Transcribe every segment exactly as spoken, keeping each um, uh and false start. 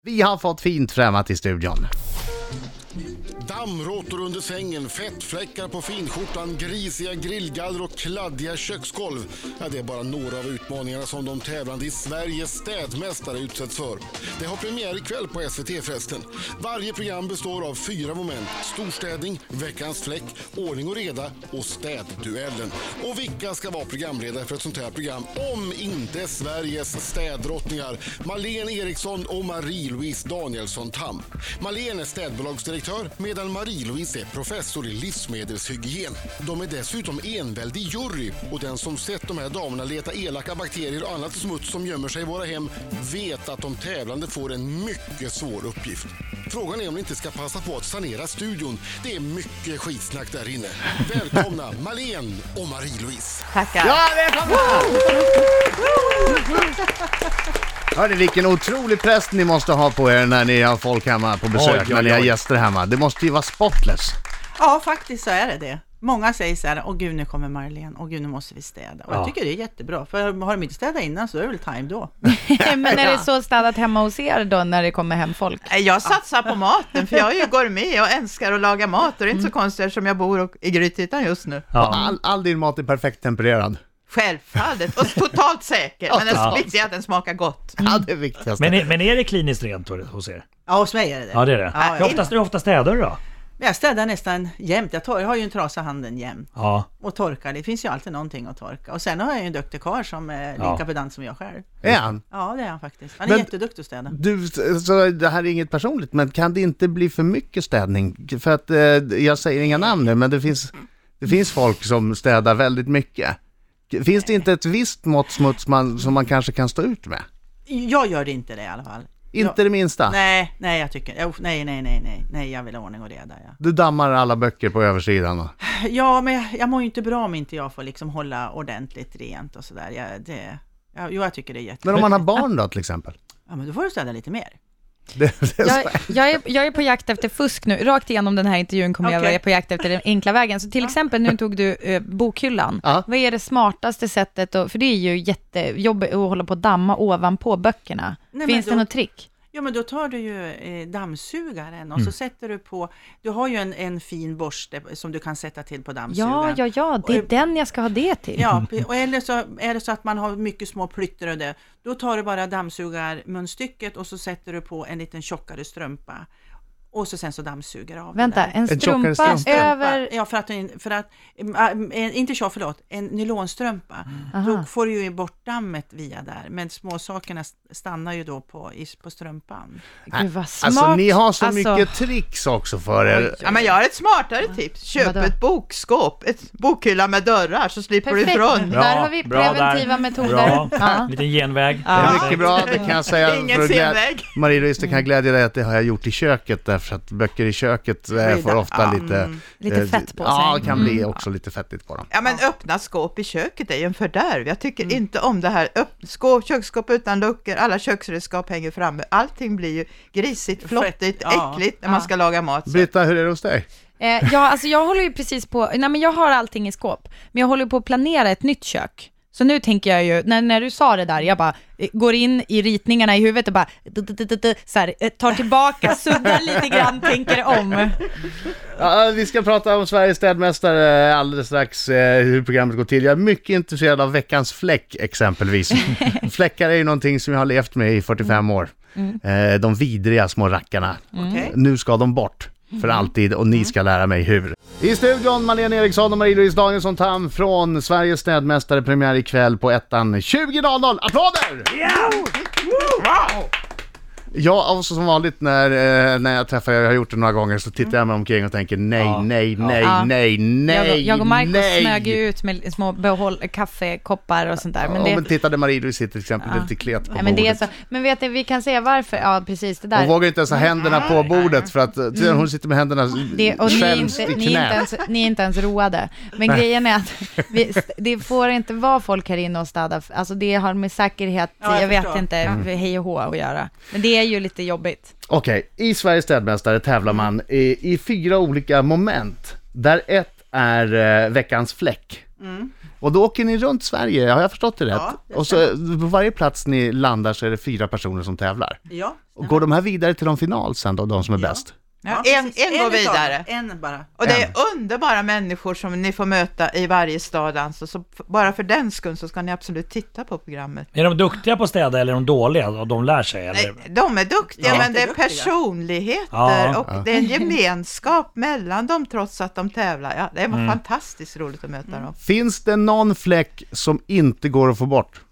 Vi har fått fint främmat i studion. Dammråttor under sängen, fettfläckar på finskjortan, grisiga grillgaller och kladdiga köksgolv. Ja, det är bara några av utmaningarna som de tävlande i Sveriges städmästare utsätts för. Det har premiär ikväll på S V T förresten. Varje program består av fyra moment. Storstädning, veckans fläck, ordning och reda och städduellen. Och vilka ska vara programledare för ett sånt här program om inte Sveriges städdrottningar Malene Eriksson och Marie-Louise Danielsson Tam. Malene är städbolagsdirektör medan Marie-Louise är professor i livsmedelshygien. De är dessutom enväldig jury och den som sett de här damerna leta elaka bakterier och annat smuts som gömmer sig i våra hem vet att de tävlande får en mycket svår uppgift. Frågan är om ni inte ska passa på att sanera studion. Det är mycket skitsnack där inne. Välkomna Malene och Marie-Louise. Tackar. Ja, välkomna! Hörni, vilken otrolig press ni måste ha på er när ni har folk hemma på besök, oj, oj, oj. När ni har gäster hemma. Det måste ju vara spotless. Ja, faktiskt så är det det. Många säger så här, åh gud nu kommer Marlene, åh gud nu måste vi städa. Och ja. Jag tycker det är jättebra, för har de inte städat innan så är det väl time då. Men är det så städat hemma hos er då när det kommer hem folk? Jag satsar på maten, för jag är ju gourmet och älskar att laga mat. Och det är inte så konstigt som jag bor i Grythyttan just nu. Ja. All, all din mat är perfekt tempererad. Självfallet, och totalt säker. Men det är viktigt att den smakar gott. Ja, det är viktigast. Men är, men är det kliniskt rent hos er? Ja, hos mig är det det. Ja, det är det. Ja, hur, ofta, hur ofta städar du då? Jag städar nästan jämt. Jag, tor- jag har ju en trasa handen jämt. Ja. Och torkar. Det finns ju alltid någonting att torka. Och sen har jag ju en duktig karl som är ja. lika pedant som jag själv. Är han? Ja, det är han faktiskt. Han är men, jätteduktig att städa. Du, så det här är inget personligt, men kan det inte bli för mycket städning? För att eh, jag säger inga namn nu, men det finns, det finns folk som städar väldigt mycket. Finns det inte ett visst mått smuts man, som man kanske kan stå ut med? Jag gör det inte det i alla fall. Inte jag, det minsta? Nej, nej jag tycker oh, nej, nej, nej, nej, nej, jag vill ha ordning och reda. Ja. Du dammar alla böcker på översidan då? Ja, men jag, jag mår ju inte bra om inte jag får liksom hålla ordentligt rent och sådär. Jag, det, jag, jo, jag tycker det är jättebra. Men om man har barn då till exempel? Ja, men då får du städa lite mer. Det, det är jag, jag, är, jag är på jakt efter fusk nu. Rakt igenom den här intervjun kommer okay. jag vara på jakt efter den enkla vägen. Så till exempel nu tog du eh, bokhyllan. Ja. Vad är det smartaste sättet? Att, för det är ju jättejobbigt att hålla på att damma ovanpå böckerna. Nej, finns det då, något trick? Ja, men då tar du ju eh, dammsugaren och mm. så sätter du på, du har ju en, en fin borste som du kan sätta till på dammsugaren. Ja, ja, ja, det är och, den jag ska ha det till. Ja, och eller så är det så att man har mycket små plytter och det, då tar du bara dammsugarmunstycket och så sätter du på en liten tjockare strumpa. Och så sen så dammsuger av. Vänta, en strumpa, en strumpa över... Ja, för att, för att äh, inte så, förlåt, en nylonstrumpa. Mm. Då får du ju bort dammet via där. Men små sakerna stannar ju då på, på strumpan. Gud, vad smart. Alltså, ni har så alltså... mycket tricks också för er. Ja, men jag har ett smartare tips. Köp ett bokskåp, ett bokhylla med dörrar så slipper perfekt. Du ifrån. Bra, där har vi preventiva metoder. Bra, ja. Liten genväg. Ja. Det är mycket bra, det kan jag säga. Ingen senväg. Marie-Louise, det kan glädja dig att det har jag gjort i köket där. För att böcker i köket äh, får ofta ja, lite... Mm. Lite fett på sig. Ja, kan bli mm. också lite fettigt på dem. Ja, men öppna skåp i köket är ju en fördärv. Jag tycker mm. inte om det här. Öpp- skåp, köksskåp utan luckor, alla köksredskap hänger framme. Allting blir ju grisigt, flottigt, ja. äckligt när ja. man ska laga mat. Så. Britta, hur är det hos dig? Eh, ja, alltså jag håller ju precis på... Nej, men jag har allting i skåp. Men jag håller på att planera ett nytt kök. Så nu tänker jag ju, när, när du sa det där, jag bara går in i ritningarna i huvudet och bara så här, tar tillbaka, suddar lite grann, tänker om. Ja, vi ska prata om Sveriges städmästare alldeles strax, eh, hur programmet går till. Jag är mycket intresserad av veckans fläck exempelvis. Fläckar är ju någonting som jag har levt med i fyrtiofem år. Mm. Eh, de vidriga små rackarna. Mm. Nu ska de bort. För alltid, och ni ska lära mig hur. I studion Malene Eriksson och Marie-Louise Danielsson Tam från Sveriges städmästare, premiär ikväll på ettan tjugo noll noll. Applåder! Yeah! Wow! Ja, och så som vanligt när, när jag träffar, jag har gjort det några gånger, så tittar jag mig omkring och tänker nej, ja. nej, nej, ja. nej, nej, jag, jag och Marcus nej. smög ut med små behåll, kaffekoppar och sånt där. Men, ja, det... men tittade Marie-Louise sitter till exempel ja. lite klet på ja, men, det är bordet. så. Men vet ni, vi kan säga varför, ja precis det där. Hon vågar inte ens ha händerna på bordet för att mm. hon sitter med händerna det, och ni är, inte, i knät. Ni, är inte ens, ni är inte ens roade. Men grejen är att vi, det får inte vara folk här inne och städa. Alltså det har med säkerhet, ja, jag, jag vet inte, mm. hej och hå att göra. Men det är ju lite jobbigt. Okej, okay. I Sveriges städmästare tävlar man i, i fyra olika moment. Där ett är eh, veckans fläck. Mm. Och då åker ni runt Sverige, har jag förstått det rätt? Ja, det och så på varje plats ni landar så är det fyra personer som tävlar. Ja. Och går de här vidare till de final sen då, de som är Ja. bäst? Ja, Ja, en, precis. en går utav vidare. dem. En bara. Och det är underbara människor som ni får möta i varje stad. Alltså. Så f- bara för den skull så ska ni absolut titta på programmet. Är de duktiga på att städa eller är de dåliga och de lär sig? Eller? Nej, de är duktiga, Ja. men det är Jätteduktiga. personligheter Ja. och Ja. det är en gemenskap mellan dem trots att de tävlar. Ja, det är fantastiskt roligt att möta dem. Finns det någon fläck som inte går att få bort?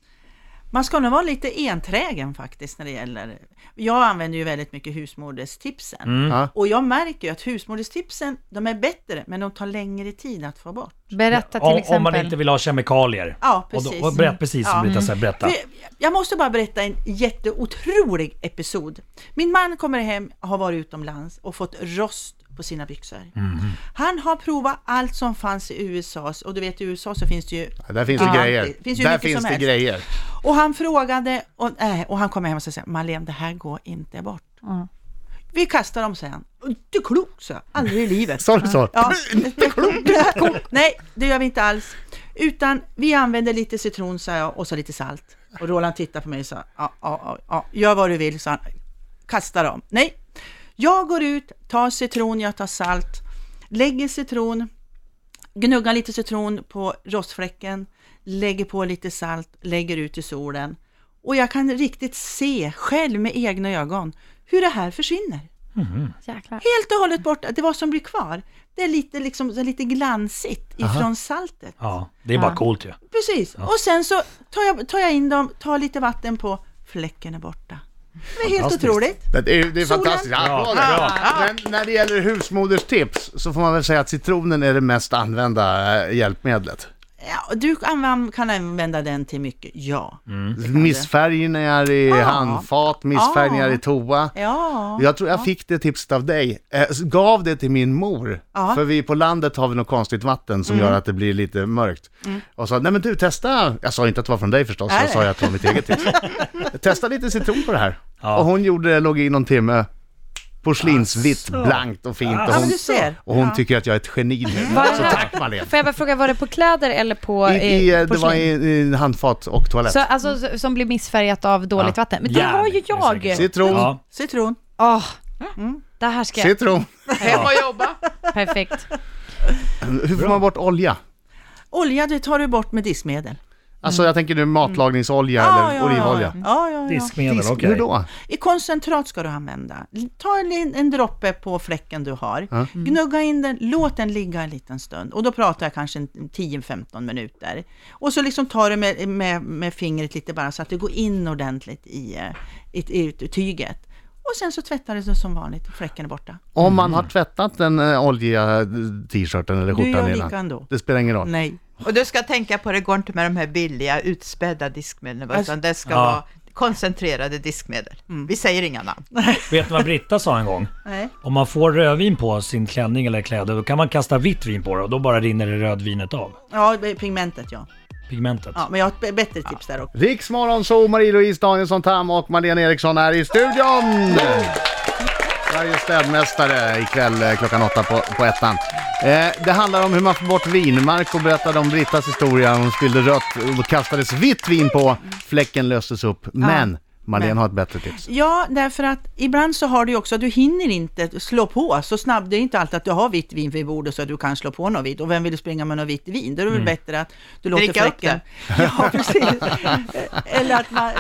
Man ska nog vara lite enträgen faktiskt när det gäller... Jag använder ju väldigt mycket husmoderstipsen. Mm. Ja. Och jag märker ju att husmoderstipsen, de är bättre, men de tar längre tid att få bort. Berätta till Om, exempel. om man inte vill ha kemikalier. Ja, Och precis. då, och berätta, precis som Ja. Britta säger, berätta. För jag måste bara berätta en jätteotrolig episod. Min man kommer hem, har varit utomlands och fått rost på sina byxor. Han har provat allt som fanns i U S A, och du vet i U S A så finns det ju... Ja, där finns Ja, det grejer. det finns ju där mycket finns som det helst. grejer. Och han frågade, och, äh, och han kommer hem och säger, Marlene, det här går inte bort. Mm. Vi kastar dem sen. Inte klokt, så aldrig i livet. Sa du så? Ja, inte klokt. Nej, det gör vi inte alls. Utan vi använder lite citron, sa jag, och så lite salt. Och Roland tittar på mig och sa, ja, ja, ja, ja, gör vad du vill, så han. Kasta dem. Nej, jag går ut, tar citron, jag tar salt, lägger citron, gnuggar lite citron på rostfläcken, lägger på lite salt, lägger ut i solen. Och jag kan riktigt se själv med egna ögon hur det här försvinner. Jäklar. Helt och hållet bort, det var som blir kvar. Det är lite, liksom, det är lite glansigt ifrån saltet. Ja, det är bara Ja. coolt ju. Precis. Och sen så tar jag, tar jag in dem, tar lite vatten på, fläcken är borta. Det är helt Fantastiskt. otroligt. Det är, det är Solen. fantastiskt. Ja, Bra, bra. bra. Men när det gäller husmoderstips så får man väl säga att citronen är det mest använda eh, hjälpmedlet. Ja, du använd, kan använda den till mycket, ja. Missfärgningar i Ja. handfat, missfärgningar Ja. i toa. Ja. Jag tror jag fick det tipset av dig. Eh, gav det till min mor. Ja. För vi på landet har vi något konstigt vatten som gör att det blir lite mörkt. Och sa, nej men du testa. Jag sa inte att det var från dig förstås. Nej. Jag sa att det var mitt eget tips. Testa lite citron på det här. Ja. Och hon gjorde det, låg i någon timme. Porslinsvitt, Asså. blankt och fint. Ja, Och Ja, hon, men du ser. och hon Ja. tycker att jag är ett geni nu. Var det Så här- tack Marlene. Får jag bara fråga, var det på kläder eller på I, i, eh, det var porslin? i, i handfat och toalett. Så, alltså, som blir missfärgat av dåligt Ja. vatten. Men det Järn, har ju är jag. säkert. Citron, Ja. Citron. Åh, det här ska jag... citron. Hem och jobba. Perfekt. Hur får man bort olja? Olja, det tar du bort med diskmedel. Alltså jag tänker nu matlagningsolja eller olivolja. Ja, ja, ja. Diskmedel, Disk- okej. Hur då? I koncentrat ska du använda. Ta en, en droppe på fläcken du har. Ja. Gnugga in den, låt den ligga en liten stund. Och då pratar jag kanske en tio till femton minuter. Och så liksom tar du med, med, med fingret lite bara så att det går in ordentligt i, eh, i, i tyget. Och sen så tvättar du det som vanligt och fläcken är borta. Om man har tvättat den äh, oljiga t-shirten eller Du skjortan gör innan. lika ändå. Det spelar ingen roll. Nej. Och du ska tänka på, det går inte med de här billiga utspädda diskmedlen, Alltså- utan det ska Ja. vara koncentrerade diskmedel. Vi säger inga namn. Vet du vad Britta sa en gång? Nej. Om man får rödvin på sin klänning eller kläder, då kan man kasta vitt vin på det och då bara rinner det rödvinet av. Ja, pigmentet ja. Pigmentet. Ja, men jag har ett b- bättre tips där också. Riksmorgon så Marie-Louise Danielsson Tam och Marlene Eriksson är i studion. Sveriges städmästare ikväll eh, klockan åtta på, på ettan. Eh, det handlar om hur man får bort vin. Marco berättade om Brittas historia. Hon spillde rött och kastades vitt vin på. Fläcken löstes upp. Men Marlene men- har ett bättre tips. Ja, därför att ibland så har du ju också, du hinner inte slå på så snabbt. Det är inte alltid att du har vitt vin vid bordet så att du kan slå på något vitt. Och vem vill du springa med något vitt vin? Då är det väl bättre att du låter Dricka upp fläcken. Ja, precis. Eller att man...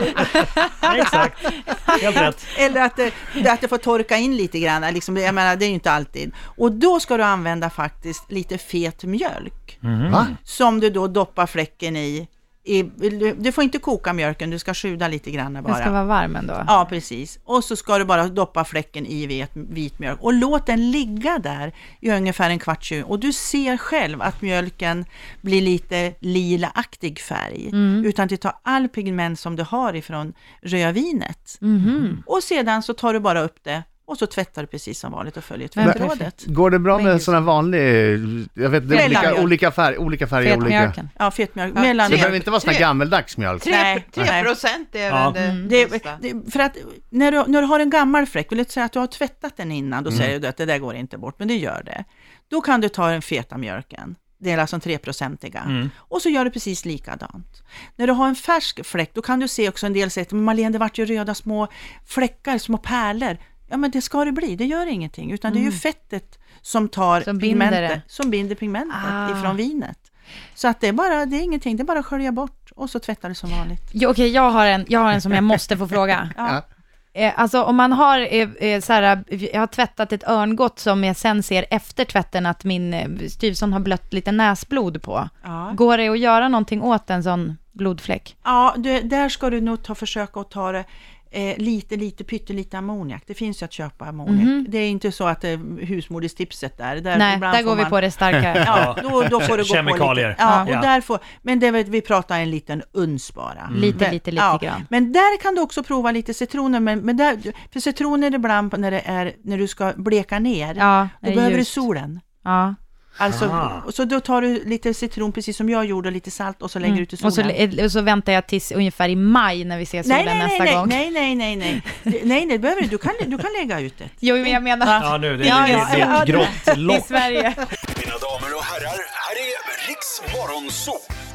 Exakt. Helt rätt. Eller att det, att det får torka in lite grann. Liksom, jag menar, det är ju inte alltid. Och då ska du använda faktiskt lite fet mjölk. Va? Som du då doppar fläcken i. i du, du får inte koka mjölken, du ska sjuda lite grann bara. Den ska vara varm ändå. Ja, precis. Och så ska du bara doppa fläcken i vit, vit mjölk. Och låt den ligga där i ungefär en kvart tjugo. Och du ser själv att mjölken blir lite lilaaktig färg. Mm. Utan du tar all pigment som du har ifrån rödvinet. Mhm. Och sedan så tar du bara upp det. Och så tvättar du precis som vanligt och följer Men tvättrådet. Går det bra Men med gud. sån här vanlig, jag vet, det är olika, Mellanmjölk. olika, färg, olika färger, olika. Fetmjölken. Ja, fetmjölk. Ja, Det Mellanmjölk. behöver inte vara sån här Tre- gammeldags mjölk. Nej, tre nej. procent är Ja. väl det Det, bästa. det, för att när du, när du har en gammal fläck, vill du säga att du har tvättat den innan, då säger du att det där går inte bort, men det gör det. Då kan du ta den feta mjölken delar som treprocentiga. Mm. Och så gör du precis likadant. När du har en färsk fläck, då kan du se också en del sätt, men Marlene, det vart ju röda små fläckar, små pärlor. Ja, men det ska det bli, det gör ingenting. Utan mm. det är ju fettet som tar som pigmentet, binder som binder pigmentet ah. ifrån vinet. Så att det är bara, det är ingenting, det är bara att skölja bort och så tvättar det som vanligt. Ja, okej, jag har en, jag har en som jag måste få fråga. Ja. Eh, alltså om man har eh, eh, så här, jag har tvättat ett örngott som jag sen ser efter tvätten att min eh, styvson har blött lite näsblod på. Ja. Går det att göra någonting åt en sån blodfläck? Ja, det, där ska du nog ta, försöka att ta det eh, lite, lite, pyttelite ammoniak. Det finns ju att köpa ammoniak. Mm-hmm. Det är inte så att det är husmodestipset där. där Nej, där går man... vi på det starka. Ja, då, då får du gå Kemikalier. på lite. Ja, och ja. där får, men det, vi pratar en liten uns bara. Mm. Lite, men, lite, lite ja. grann. Men där kan du också prova lite citroner. Men, men där, för citroner ibland när, det är, när du ska bleka ner, ja, då behöver just. du solen. Ja. Alltså, ah. så då tar du lite citron precis som jag gjorde, lite salt och så lägger mm. du ut i solen. Och så, och så väntar jag tills ungefär i maj när vi ser solen nej, nej, nästa nej, gång. Nej, nej, nej, nej. Nej, nej, det behöver du. Du kan, du kan lägga ut det. Jo, men jag menar... Ja, nu, det, ja, det, det, det är ett grått lopp. I Sverige. Mina damer och herrar, här är Riks Morgonzoo.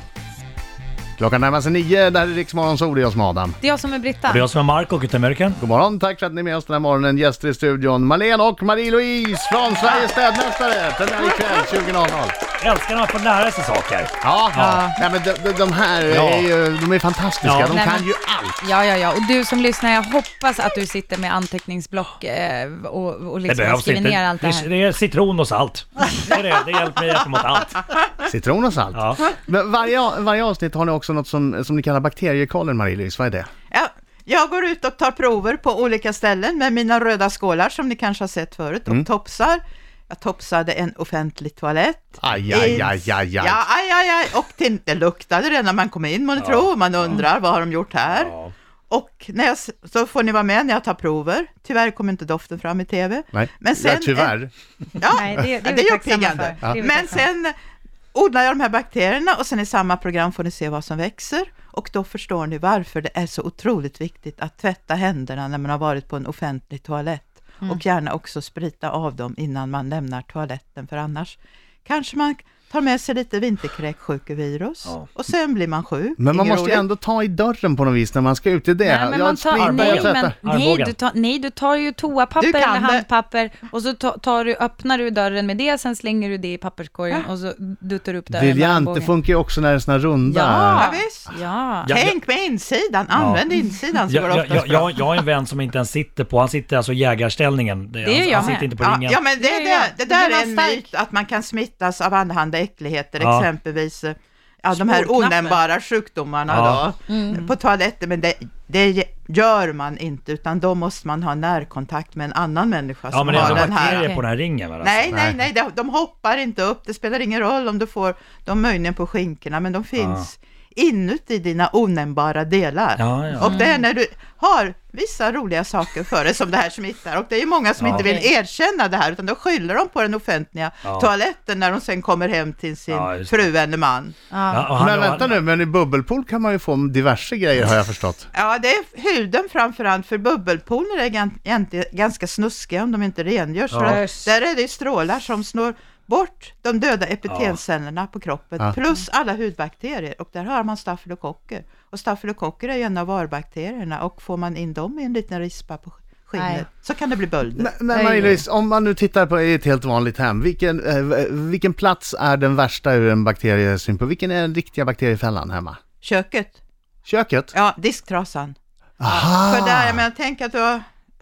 Klockan närmar sig nio, där är Riks Morgonzoo, det är jag som är Adam. Det är jag som är Britta. Och det är jag som är Mark och American. God morgon, tack för att ni är med oss den här morgonen. Gäster i studion, Marlene och Marie-Louise från Sveriges städmästare. Premiär ikväll tjugo noll noll. Älskar när man får lära sig saker. Ja, ja. ja men de, de, de här ja. är ju, de är fantastiska, ja. de Nej, kan men, ju allt. Ja, ja, ja. Och du som lyssnar, jag hoppas att du sitter med anteckningsblock eh, och, och liksom har skrivit ner allt det här. Det är citron och salt. Det, är det. Det hjälper mig jättemot allt. Citron och salt. Ja. Men varje, varje avsnitt har ni också något som, som ni kallar bakteriekollen, Marie-Louise. Vad är det? Ja, jag går ut och tar prover på olika ställen med mina röda skålar som ni kanske har sett förut och mm. topsar. Jag topsade en offentlig toalett. Aj, aj, aj, aj, aj. Ja, aj, aj, aj. Och det luktade redan när man kom in, man ja. tror. Man undrar, vad har de gjort här? Ja. Och när jag, så får ni vara med när jag tar prover. Tyvärr kommer inte doften fram i tv. Nej, men sen, ja, tyvärr. Ja, Nej, det, det är, det är uppiggande. Ja. Men sen odlar jag de här bakterierna och sen i samma program får ni se vad som växer. Och då förstår ni varför det är så otroligt viktigt att tvätta händerna när man har varit på en offentlig toalett. Mm. Och gärna också sprita av dem innan man lämnar toaletten, för annars kanske man tar med sig lite vinterkräksjukevirus ja. och sen blir man sjuk. Men man måste ju ändå ta i dörren på något vis när man ska ut i det. Nej, men man tar, nej, men, nej, du tar, nej, du tar ju toapapper eller handpapper och så tar, tar du, öppnar du dörren med det, sen slänger du det i papperskorgen ja. och så duttar upp dörren. Briljant, det funkar ju också när det är såna runda. Ja, ja visst. Ja. Tänk med insidan, använd ja. insidan så ja, går det ja, ja, jag har en vän som inte ens sitter på, han sitter alltså i jägarställningen. Det, det är han, jag han sitter inte på ja, ringen. Ja, men det, det, det, det där det är en stark. myt att man kan smittas av andra äckligheter, ja. exempelvis ja, de här onämnbara sjukdomarna ja. då, mm. på toaletten, men det, det gör man inte, utan då måste man ha närkontakt med en annan människa som ja, men har det den här. Okay. På den här ringen, alltså. Nej, nej, nej, de, de hoppar inte upp, det spelar ingen roll om du får dem möjligen på skinkorna, men de finns ja. inuti dina onämnbara delar. Ja, ja. Och det är när du har vissa roliga saker för det som det här smittar. Och det är ju många som ja. inte vill erkänna det här, utan då skyller de på den offentliga ja. toaletten när de sen kommer hem till sin ja, fru eller man. Ja. Ja, han, men vänta nu, men i bubbelpool kan man ju få diverse grejer, har jag förstått. Ja, det är huden framförallt, för bubbelpooler är egentligen ganska snuskiga om de inte rengörs. Ja. Där är det strålar som snår bort de döda epitelcellerna ja. på kroppen ja. plus alla hudbakterier, och där har man stafylokocker, och stafylokocker är ju en av varbakterierna, och får man in dem i en liten rispa på skinnet Nej. så kan det bli bölder. Men, men Marie-Louise, om man nu tittar på ett helt vanligt hem, vilken, eh, vilken plats är den värsta ur en bakteriesynpunkt? Vilken är den riktiga bakteriefällan hemma? Köket. Köket? Ja, disktrasan. Aha. För där, jag menar, tänk att du har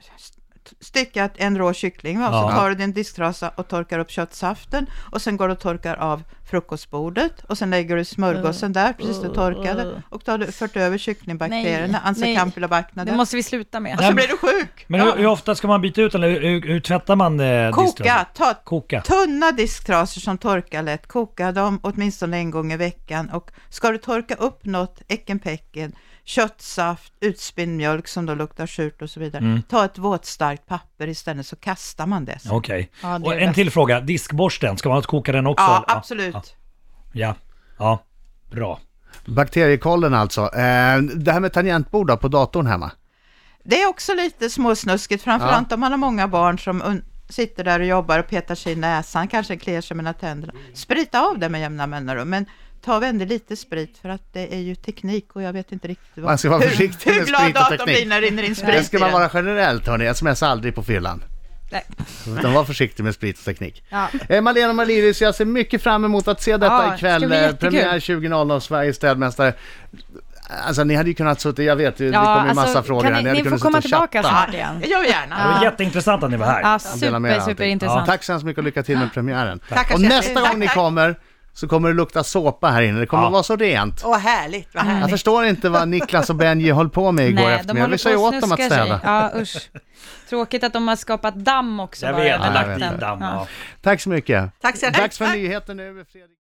styckat en rå kyckling, va? Ja. Så tar du din disktrasa och torkar upp köttsaften, och sen går du och torkar av frukostbordet, och sen lägger du smörgåsen där precis du torkade, och då har du fört över kycklingbakterierna, Ansecampylobacter. Det måste vi sluta med. Och så blir du sjuk. Men hur, hur ofta ska man byta ut, eller hur, hur tvättar man eh, Koka, ta Koka. tunna disktrasor som torkar lätt, koka dem åtminstone en gång i veckan, och ska du torka upp något äckenpäcken, köttsaft, utspinn mjölk som då luktar surt och så vidare. Mm. Ta ett våtstarkt papper istället, så kastar man det. Okej. Okay. Ja, och en till fråga, diskborsten, ska man koka den också? Ja, absolut. Ja, ja. ja. bra. Bakteriekollen alltså. Eh, det här med tangentbord då, på datorn hemma? Det är också lite småsnuskigt, framförallt ja. om man har många barn som un- sitter där och jobbar och petar sig i näsan, kanske kliar sig med tänderna. Sprita av det med jämna mellanrum, men ta väldigt lite sprit för att det är ju teknik och jag vet inte riktigt vad. Man ska vara försiktig hur, med hur sprit glad och att de teknik. blir när det rinner in sprit. Det ska man vara generellt, hörni. Jag smsar aldrig på fyllan. Nej. Utan var försiktig med sprit och teknik. Ja. Eh, Malena Maliris, jag ser mycket fram emot att se detta Ja, ikväll. ska bli Eh, jättekul. Premiär tjugo noll noll, Sveriges städmästare. Alltså ni hade ju kunnat sitta, jag vet, det Ja, kommer ju alltså, massa frågor kan här. ni, hade ni får kunnat komma sitta och tillbaka chatta. snart igen. Det gör vi gärna. Det var jätteintressant att ni var här. Ja, Dela med er super, allting. superintressant. Tack så hemskt mycket och lycka till med premiären. Tackar Och så nästa hjärtligt. gång ni Tack, tack. kommer så kommer det lukta såpa här inne. Det kommer Ja. att vara så rent. Åh, härligt, vad härligt. Jag förstår inte vad Niklas och Benji höll på med igår Nej, de eftermiddag. håller Vi sa ju på åt och dem att snuskar sig. städa. Ja, usch. Tråkigt att de har skapat damm också. Jag bara vet, över jag har lagt natten. in damm. Ja. Ja. Tack så mycket. Tack så hjärtligt. Dags för nyheter nu. Fredrik.